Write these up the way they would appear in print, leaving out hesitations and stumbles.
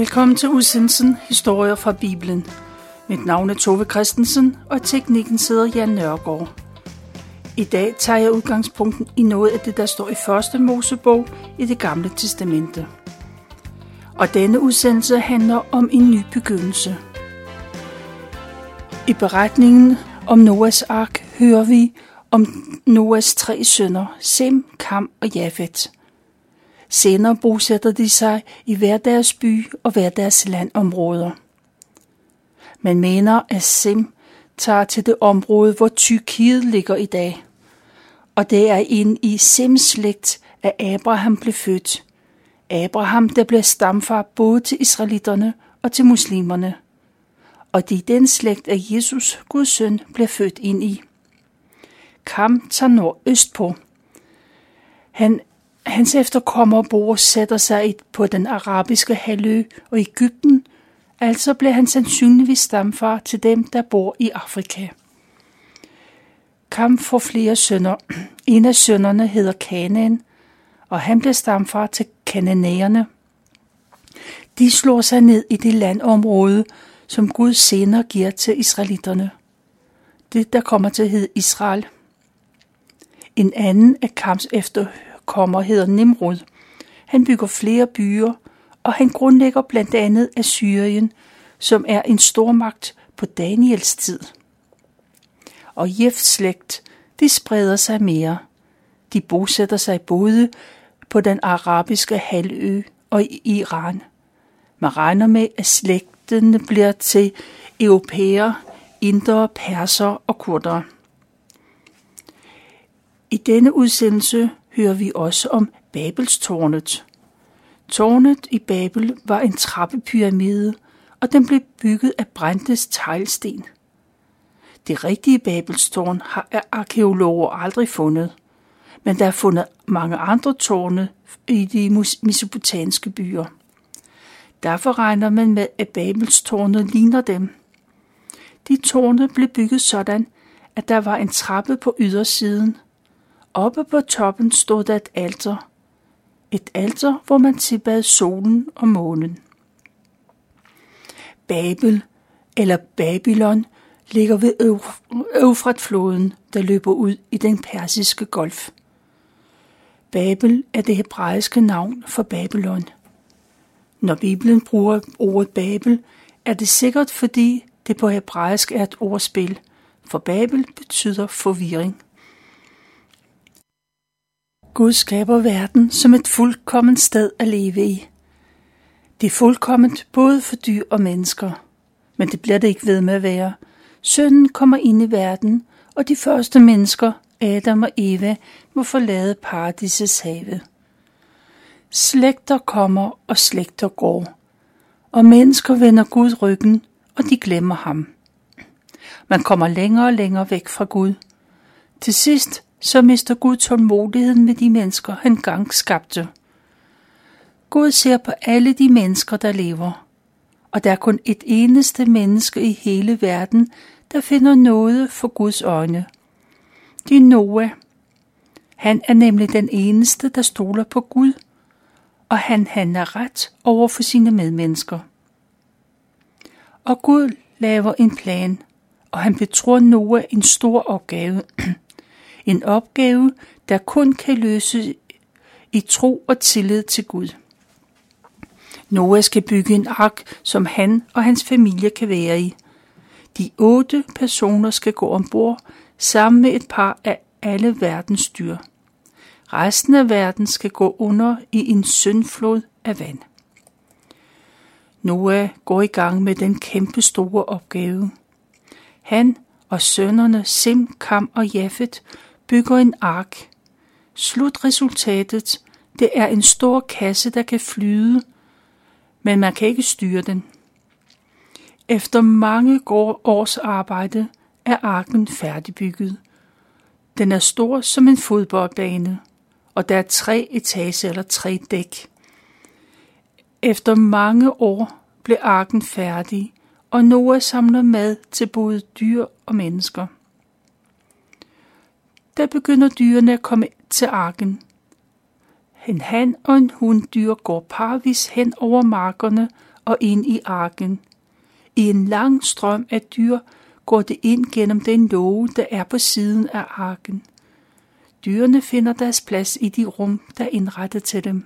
Velkommen til udsendelsen Historier fra Bibelen. Mit navn er Tove Christensen, og i teknikken sidder Jan Nørgaard. I dag tager jeg udgangspunkten i noget af det, der står i første Mosebog i det gamle testamente. Og denne udsendelse handler om en ny begyndelse. I beretningen om Noas ark hører vi om Noas 3 sønner, Sem, Kam og Jafet. Senere bosætter de sig i hver deres by og hver deres landområder. Man mener, at Sem tager til det område, hvor Tyrkiet ligger i dag. Og det er inde i Sems slægt, at Abraham blev født. Abraham, der blev stamfar både til israelitterne og til muslimerne. Og det er den slægt, at Jesus, Guds søn, blev født ind i. Kam tager nordøst på. Hans efterkommere bosætter sig på den arabiske halvø og Egypten, altså blev han sandsynligvis stamfar til dem, der bor i Afrika. Kam får flere sønner. En af sønnerne hedder Kanaan, og han blev stamfar til kananæerne. De slår sig ned i det landområde, som Gud senere giver til israelitterne. Det, der kommer til at hedde Israel. En anden af Kams efterkommer hedder Nimrod. Han bygger flere byer, og han grundlægger blandt andet Assyrien, som er en stormagt på Daniels tid. Og Jefs slægt, de spreder sig mere. De bosætter sig både på den arabiske halvø og i Iran. Man regner med, at slægtene bliver til europæere, indere, persere og kurdere. I denne udsendelse hører vi også om Babelstårnet. Tårnet i Babel var en trappepyramide, og den blev bygget af brændte teglsten. Det rigtige Babelstårn har arkæologer aldrig fundet, men der er fundet mange andre tårne i de mesopotamiske byer. Derfor regner man med, at Babelstårnet ligner dem. De tårne blev bygget sådan, at der var en trappe på ydersiden. Oppe på toppen stod der et alter. Et alter, hvor man tilbad solen og månen. Babel, eller Babylon, ligger ved Eufratfloden, der løber ud i den persiske golf. Babel er det hebraiske navn for Babylon. Når Bibelen bruger ordet Babel, er det sikkert, fordi det på hebraisk er et ordspil, for Babel betyder forvirring. Gud skaber verden som et fuldkomment sted at leve i. Det er fuldkomment både for dyr og mennesker, men det bliver det ikke ved med at være. Synden kommer ind i verden, og de første mennesker, Adam og Eva, må forlade paradisets have. Slægter kommer og slægter går, og mennesker vender Gud ryggen, og de glemmer ham. Man kommer længere og længere væk fra Gud. Til sidst så mister Gud tålmodigheden med de mennesker, han engang skabte. Gud ser på alle de mennesker, der lever, og der er kun et eneste menneske i hele verden, der finder noget for Guds øjne. Det er Noah. Han er nemlig den eneste, der stoler på Gud, og han handler ret over for sine medmennesker. Og Gud laver en plan, og han betror Noah en stor opgave. En opgave, der kun kan løses i tro og tillid til Gud. Noah skal bygge en ark, som han og hans familie kan være i. De 8 personer skal gå ombord sammen med et par af alle verdens dyr. Resten af verden skal gå under i en syndflod af vand. Noah går i gang med den kæmpe store opgave. Han og sønnerne Sem, Kam og Jafet bygger en ark. Slutresultatet, det er en stor kasse, der kan flyde, men man kan ikke styre den. Efter mange års arbejde er arken færdigbygget. Den er stor som en fodboldbane, og der er 3 etager eller 3 dæk. Efter mange år blev arken færdig, og Noah samler mad til både dyr og mennesker. Der begynder dyrene at komme til arken. En han og en hundyr går parvis hen over markerne og ind i arken. I en lang strøm af dyr går det ind gennem den låge, der er på siden af arken. Dyrene finder deres plads i de rum, der er indrettet til dem.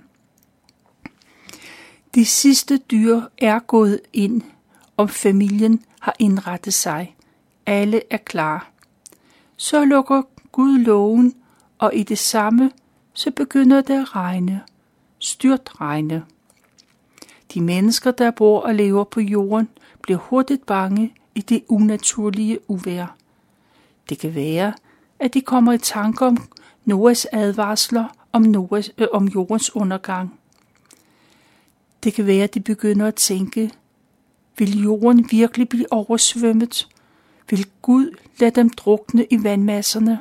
De sidste dyr er gået ind, og familien har indrettet sig. Alle er klar. Så lukker Gud lågen, og i det samme, så begynder det at regne. Styrtregne. De mennesker, der bor og lever på jorden, bliver hurtigt bange i det unaturlige uvejr. Det kan være, at de kommer i tanke om Noas advarsler om jordens undergang. Det kan være, at de begynder at tænke, vil jorden virkelig blive oversvømmet? Vil Gud lade dem drukne i vandmasserne?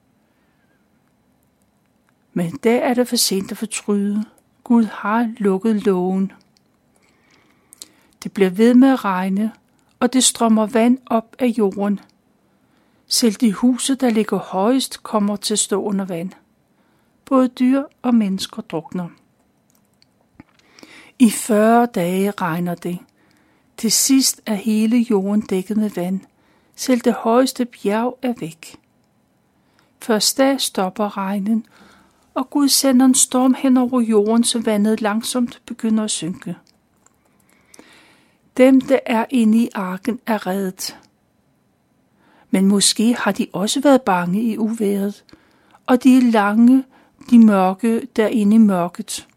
Men der er det for sent at fortryde. Gud har lukket lågen. Det bliver ved med at regne, og det strømmer vand op af jorden. Selv de huse, der ligger højest, kommer til at stå under vand. Både dyr og mennesker drukner. I 40 dage regner det. Til sidst er hele jorden dækket med vand. Selv det højeste bjerg er væk. Først da stopper regnen, og Gud sender en storm hen over jorden, så vandet langsomt begynder at synke. Dem, der er inde i arken, er reddet. Men måske har de også været bange i uvejret, og de er lange, de mørke derinde i mørket.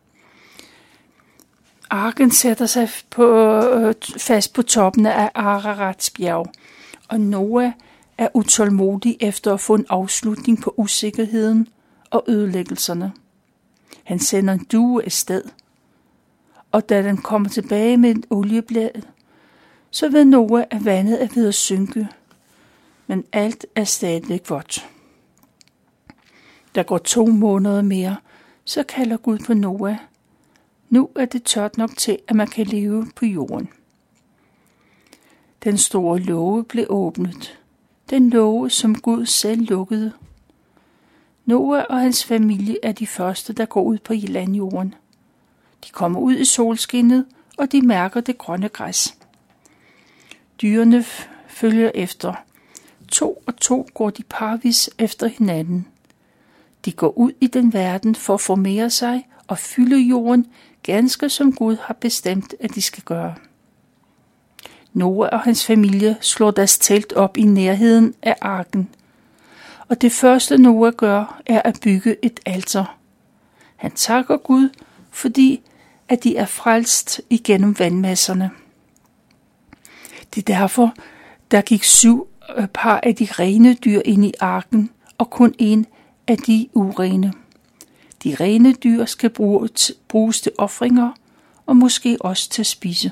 Arken sætter sig fast på toppen af Ararats bjerg, og Noah er utålmodig efter at få en afslutning på usikkerheden og ødelæggelserne. Han sender en due afsted, og da den kommer tilbage med et olieblad, så ved Noah, at vandet er ved at synke, men alt er stadigvæk vådt. Der går 2 måneder mere, så kalder Gud på Noah. Nu er det tørt nok til, at man kan leve på jorden. Den store låge blev åbnet. Den låge, som Gud selv lukkede. Noah og hans familie er de første, der går ud på landjorden. De kommer ud i solskinnet, og de mærker det grønne græs. Dyrene følger efter. 2 og 2 går de parvis efter hinanden. De går ud i den verden for at formere sig og fylde jorden, ganske som Gud har bestemt, at de skal gøre. Noah og hans familie slår deres telt op i nærheden af arken, og det første Noah gør, er at bygge et alter. Han takker Gud, fordi at de er frelst igennem vandmasserne. Det er derfor, der gik 7 par af de rene dyr ind i arken, og kun en af de urene. De rene dyr skal bruges til ofringer, og måske også til at spise.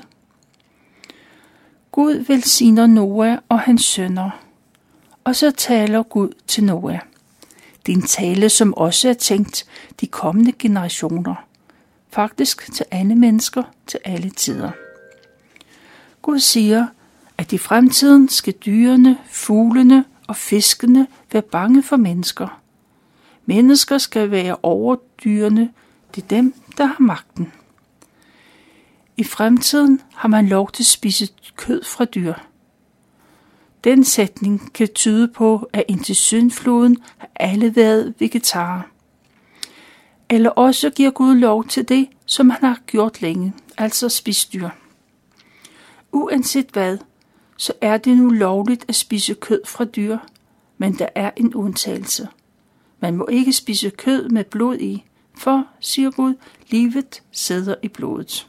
Gud velsigner Noah og hans sønner, og så taler Gud til Noah. Det er en tale, som også er tænkt de kommende generationer. Faktisk til alle mennesker, til alle tider. Gud siger, at i fremtiden skal dyrene, fuglene og fiskene være bange for mennesker. Mennesker skal være over dyrene, det er dem, der har magten. I fremtiden har man lov til at spise kød fra dyr. Den sætning kan tyde på, at indtil syndfloden har alle været vegetarer. Eller også giver Gud lov til det, som han har gjort længe, altså spise dyr. Uanset hvad, så er det nu lovligt at spise kød fra dyr, men der er en undtagelse. Man må ikke spise kød med blod i, for, siger Gud, livet sidder i blodet.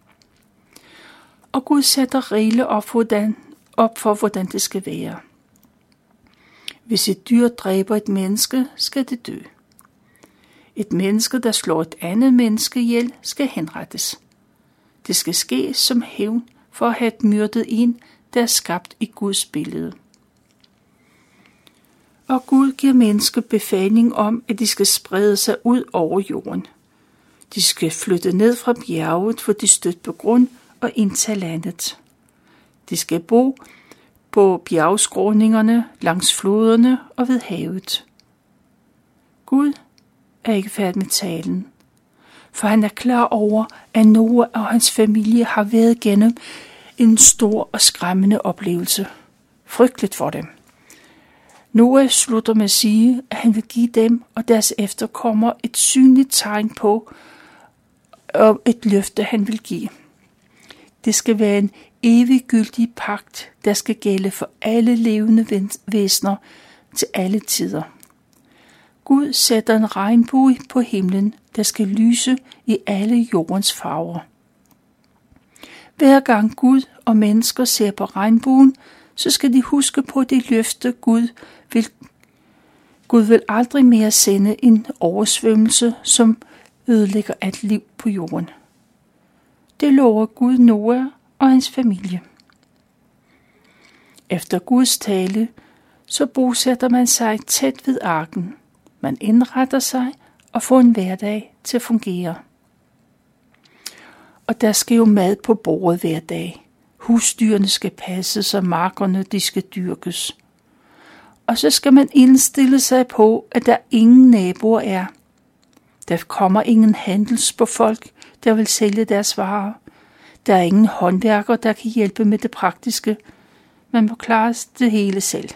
Og Gud sætter regler op for, hvordan det skal være. Hvis et dyr dræber et menneske, skal det dø. Et menneske, der slår et andet menneske ihjel, skal henrettes. Det skal ske som hævn for at have myrdet en, der er skabt i Guds billede. Og Gud giver mennesker befaling om, at de skal sprede sig ud over jorden. De skal flytte ned fra bjerget, hvor de stødt på grund, og indtage landet. De skal bo på bjergskråningerne, langs floderne og ved havet. Gud er ikke færdig med talen. for han er klar over, at Noah og hans familie har været gennem en stor og skræmmende oplevelse. Frygteligt for dem. Noah slutter med at sige, at han vil give dem og deres efterkommere et synligt tegn på, og et løfte han vil give. Det skal være en eviggyldig pagt, der skal gælde for alle levende væsener til alle tider. Gud sætter en regnbue på himlen, der skal lyse i alle jordens farver. Hver gang Gud og mennesker ser på regnbuen, så skal de huske på det løfte Gud vil aldrig mere sende en oversvømmelse, som ødelægger alt liv på jorden. Det lover Gud Noah og hans familie. Efter Guds tale, så bosætter man sig tæt ved arken. Man indretter sig og får en hverdag til at fungere. Og der skal jo mad på bordet hver dag. Husdyrene skal passes, og markerne de skal dyrkes. Og så skal man indstille sig på, at der ingen naboer er. Der kommer ingen handelsfolk, der vil sælge deres varer. Der er ingen håndværker, der kan hjælpe med det praktiske. Man må klare det hele selv.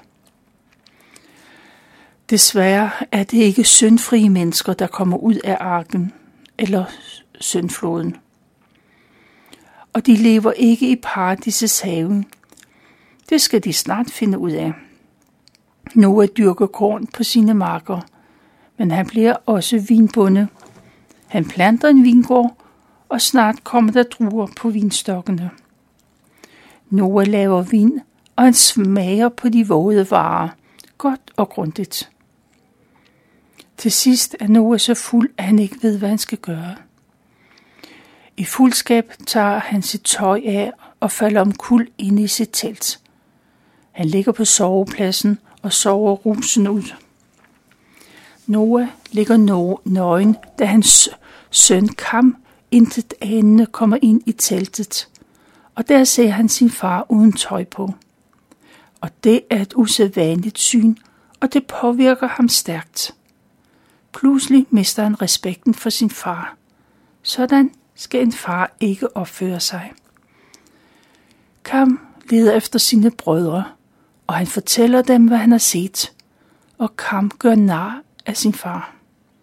Desværre er det ikke syndfrie mennesker, der kommer ud af arken eller syndfloden. Og de lever ikke i paradisets have. Det skal de snart finde ud af. Noah dyrker korn på sine marker, men han bliver også vinbonde. Han planter en vingård, og snart kommer der druer på vinstokkene. Noah laver vin, og han smager på de våde varer, godt og grundigt. Til sidst er Noah så fuld, at han ikke ved, hvad han skal gøre. I fuldskab tager han sit tøj af og falder omkuld ind i sit telt. Han ligger på sovepladsen og sover rusen ud. Noah ligger nøgen, da hans søn Kam intet anende kommer ind i teltet, og der ser han sin far uden tøj på. Og det er et usædvanligt syn, og det påvirker ham stærkt. Pludselig mister han respekten for sin far. Sådan skal en far ikke opføre sig. Kam leder efter sine brødre, og han fortæller dem, hvad han har set, og Kam gør nar af sin far.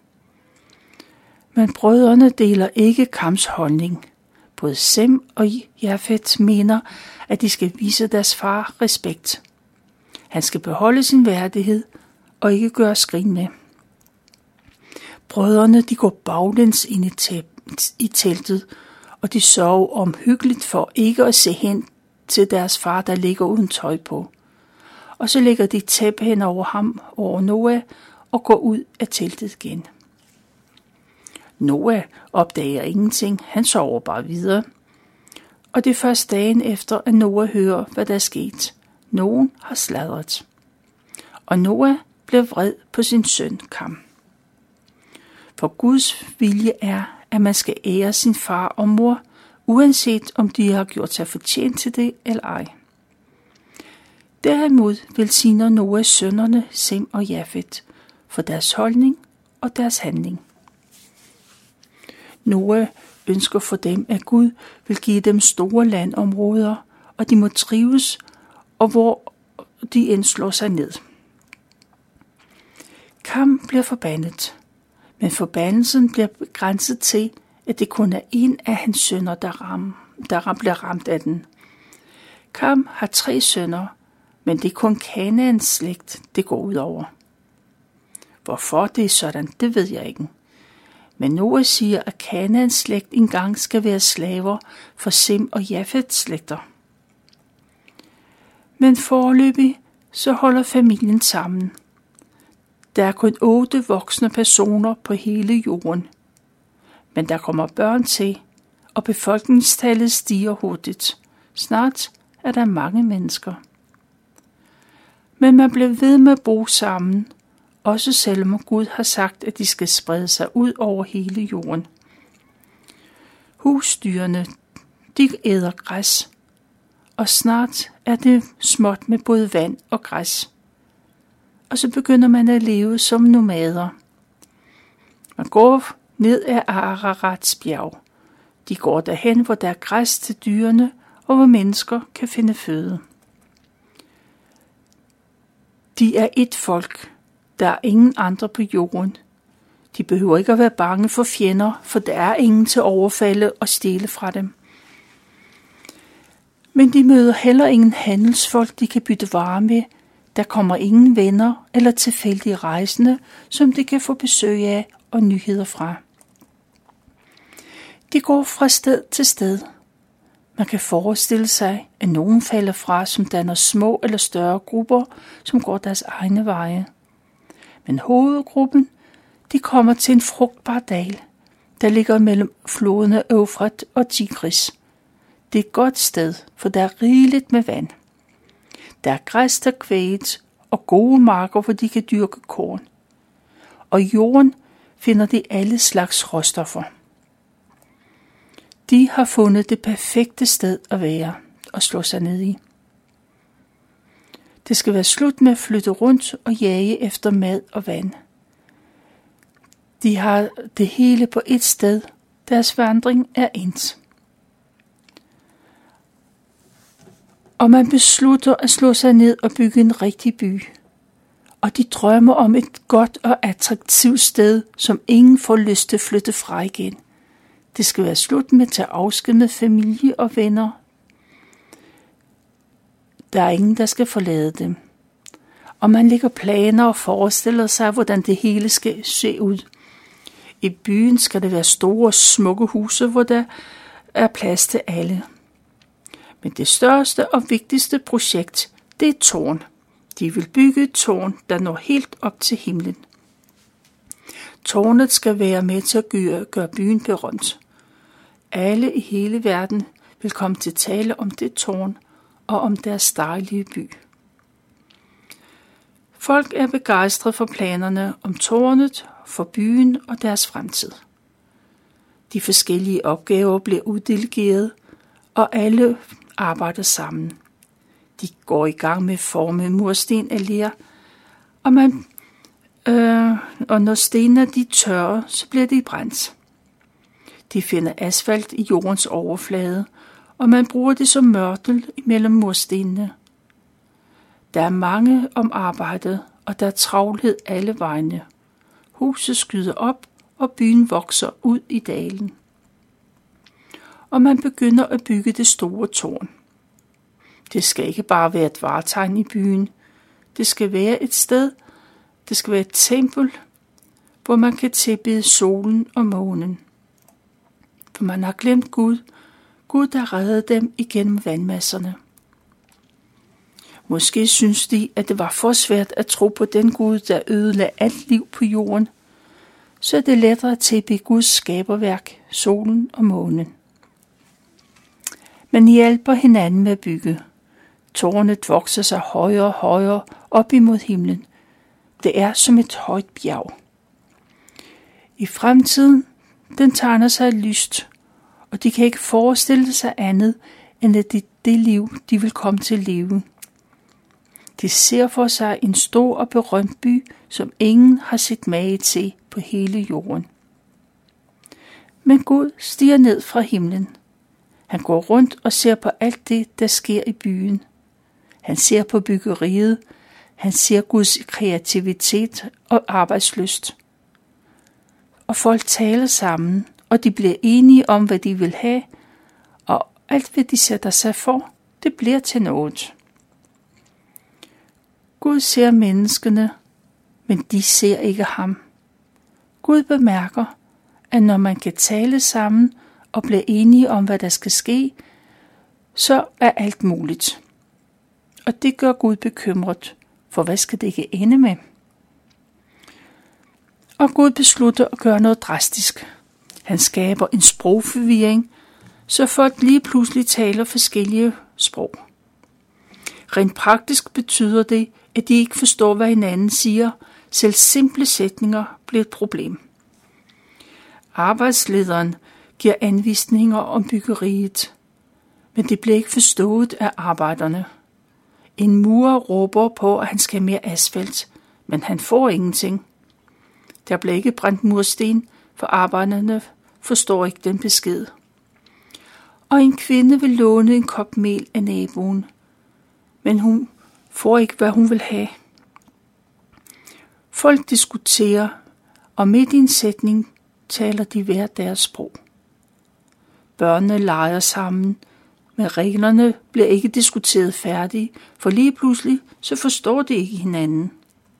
Men brødrene deler ikke Kams holdning. Både Sem og Jafet mener, at de skal vise deres far respekt. Han skal beholde sin værdighed og ikke gøre skrin med. Brødrene de går baglæns ind i teltet, og de sover omhyggeligt for ikke at se hen til deres far, der ligger uden tøj på. Og så lægger de tæppe hen over ham, over Noah, og går ud af teltet igen. Noah opdager ingenting, han sover bare videre. Og det er først dagen efter, at Noah hører, hvad der er sket. Nogen har sladret. Og Noah blev vred på sin søn Kam. For Guds vilje er, at man skal ære sin far og mor, uanset om de har gjort sig fortjent til det eller ej. Derimod velsigner Noah sønnerne Sem og Jafet for deres holdning og deres handling. Noah ønsker for dem, at Gud vil give dem store landområder, og de må trives, og hvor de end slår sig ned. Kam bliver forbandet, men forbandelsen bliver begrænset til, at det kun er en af hans sønner, der bliver ramt af den. Kam har 3 sønner, men det er kun Kanaans slægt, det går ud over. Hvorfor det er sådan, det ved jeg ikke. Men Noah siger, at Kanaans slægt engang skal være slaver for Sem og Jafets slægter. Men foreløbig så holder familien sammen. Der er kun 8 voksne personer på hele jorden. Men der kommer børn til, og befolkningstallet stiger hurtigt. Snart er der mange mennesker. Men man bliver ved med at bo sammen, også selvom Gud har sagt, at de skal sprede sig ud over hele jorden. Husdyrene, de æder græs, og snart er det småt med både vand og græs. Og så begynder man at leve som nomader. Man går ned ad Ararats bjerg. De går derhen, hvor der er græs til dyrene, og hvor mennesker kan finde føde. De er et folk. Der er ingen andre på jorden. De behøver ikke at være bange for fjender, for der er ingen til at overfalde og stjæle fra dem. Men de møder heller ingen handelsfolk, de kan bytte varer med. Der kommer ingen venner eller tilfældige rejsende, som de kan få besøg af og nyheder fra. De går fra sted til sted. Man kan forestille sig, at nogen falder fra, som danner små eller større grupper, som går deres egne veje. Men hovedgruppen, de kommer til en frugtbar dal, der ligger mellem floderne Eufrat og Tigris. Det er et godt sted, for der er rigeligt med vand. Der er græs, der kvæget, og gode marker, hvor de kan dyrke korn. Og i jorden finder de alle slags råstoffer. De har fundet det perfekte sted at være og slå sig ned i. Det skal være slut med at flytte rundt og jage efter mad og vand. De har det hele på et sted. Deres vandring er endt. Og man beslutter at slå sig ned og bygge en rigtig by. Og de drømmer om et godt og attraktivt sted, som ingen får lyst til at flytte fra igen. Det skal være slut med at tage afsked med familie og venner. Der er ingen, der skal forlade dem. Og man lægger planer og forestiller sig, hvordan det hele skal se ud. I byen skal der være store, smukke huse, hvor der er plads til alle. Men det største og vigtigste projekt, det er et tårn. De vil bygge et tårn, der når helt op til himlen. Tårnet skal være med til at gøre byen berømt. Alle i hele verden vil komme til tale om det tårn og om deres dejlige by. Folk er begejstret for planerne om tårnet, for byen og deres fremtid. De forskellige opgaver bliver uddelegeret, og alle arbejder sammen. De går i gang med at forme mursten af ler, og når stenene de tørrer, så bliver de brændt. De finder asfalt i jordens overflade, og man bruger det som mørtel mellem murstenene. Der er mange om arbejdet, og der er travlhed alle vegne. Huset skyder op, og byen vokser ud i dalen. Og man begynder at bygge det store tårn. Det skal ikke bare være et vartegn i byen. Det skal være et sted, det skal være et tempel, hvor man kan tilbede solen og månen. For man har glemt Gud, Gud der reddede dem igennem vandmasserne. Måske synes de, at det var for svært at tro på den Gud, der ødelagde alt liv på jorden, så er det lettere at tilbede Guds skaberværk, solen og månen. Man hjælper hinanden med at bygge. Tårnet vokser sig højere og højere op imod himlen. Det er som et højt bjerg. I fremtiden, den tegner sig lyst, og de kan ikke forestille sig andet, end at det liv, de vil komme til at leve. De ser for sig en stor og berømt by, som ingen har set mage til på hele jorden. Men Gud stiger ned fra himlen. Han går rundt og ser på alt det, der sker i byen. Han ser på byggeriet. Han ser Guds kreativitet og arbejdslyst. Og folk taler sammen, og de bliver enige om, hvad de vil have, og alt, hvad de sætter sig for, det bliver til noget. Gud ser menneskene, men de ser ikke ham. Gud bemærker, at når man kan tale sammen og bliver enige om, hvad der skal ske, så er alt muligt. Og det gør Gud bekymret, for hvad skal det ikke ende med? Og Gud beslutter at gøre noget drastisk. Han skaber en sprogforvirring, så folk lige pludselig taler forskellige sprog. Rent praktisk betyder det, at de ikke forstår, hvad hinanden siger. Selv simple sætninger bliver et problem. Arbejdslederen giver anvisninger om byggeriet, men det bliver ikke forstået af arbejderne. En murer råber på, at han skal have mere asfalt, men han får ingenting. Der bliver ikke brændt mursten, for arbejderne forstår ikke den besked. Og en kvinde vil låne en kop mel af naboen, men hun får ikke, hvad hun vil have. Folk diskuterer, og midt i en sætning taler de hver deres sprog. Børnene leger sammen, men reglerne bliver ikke diskuteret færdige, for lige pludselig så forstår de ikke hinanden.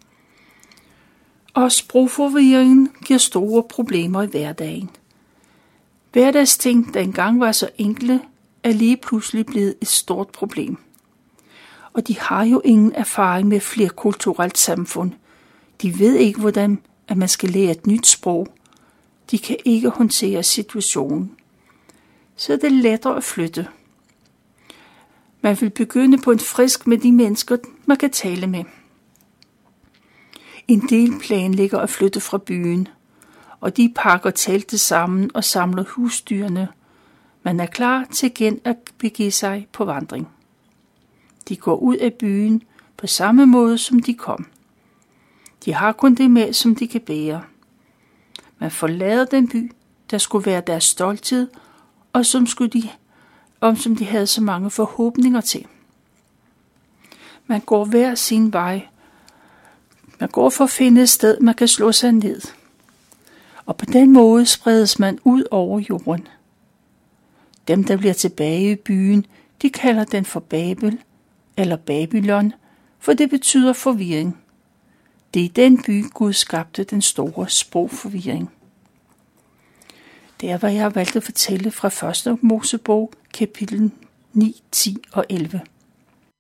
Og sprogforvirringen giver store problemer i hverdagen. Hverdagsting, der engang var så enkle, er lige pludselig blevet et stort problem. Og de har jo ingen erfaring med flerkulturelt samfund. De ved ikke, hvordan at man skal lære et nyt sprog. De kan ikke håndtere situationen. Så er det lettere at flytte. Man vil begynde på en frisk med de mennesker, man kan tale med. En del planlægger at flytte fra byen, og de pakker teltet sammen og samler husdyrene. Man er klar til igen at begive sig på vandring. De går ud af byen på samme måde, som de kom. De har kun det med, som de kan bære. Man forlader den by, der skulle være deres stolthed, og som de havde så mange forhåbninger til. Man går hver sin vej. Man går for at finde et sted, man kan slå sig ned. Og på den måde spredes man ud over jorden. Dem, der bliver tilbage i byen, de kalder den for Babel eller Babylon, for det betyder forvirring. Det er i den by, Gud skabte den store sprogforvirring. Det er, hvad jeg har valgt at fortælle fra 1. Mosebog, kapitel 9, 10 og 11.